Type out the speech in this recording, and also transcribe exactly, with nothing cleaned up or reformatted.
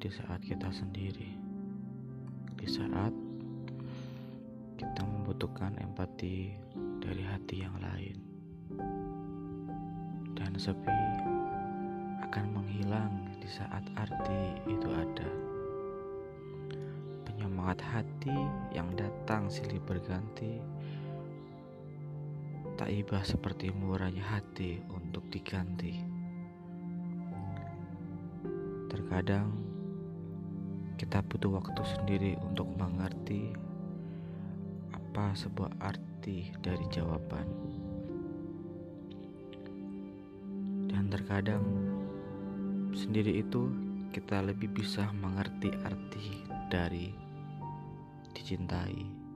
di saat kita sendiri, di saat kita membutuhkan empati dari hati yang lain, dan sepi akan menghilang di saat arti itu ada. Penyemangat hati yang datang silih berganti, tak ibah seperti murahnya hati untuk diganti. Terkadang kita butuh waktu sendiri untuk mengerti apa sebuah arti dari jawaban. Dan terkadang sendiri itu kita lebih bisa mengerti arti dari dicintai.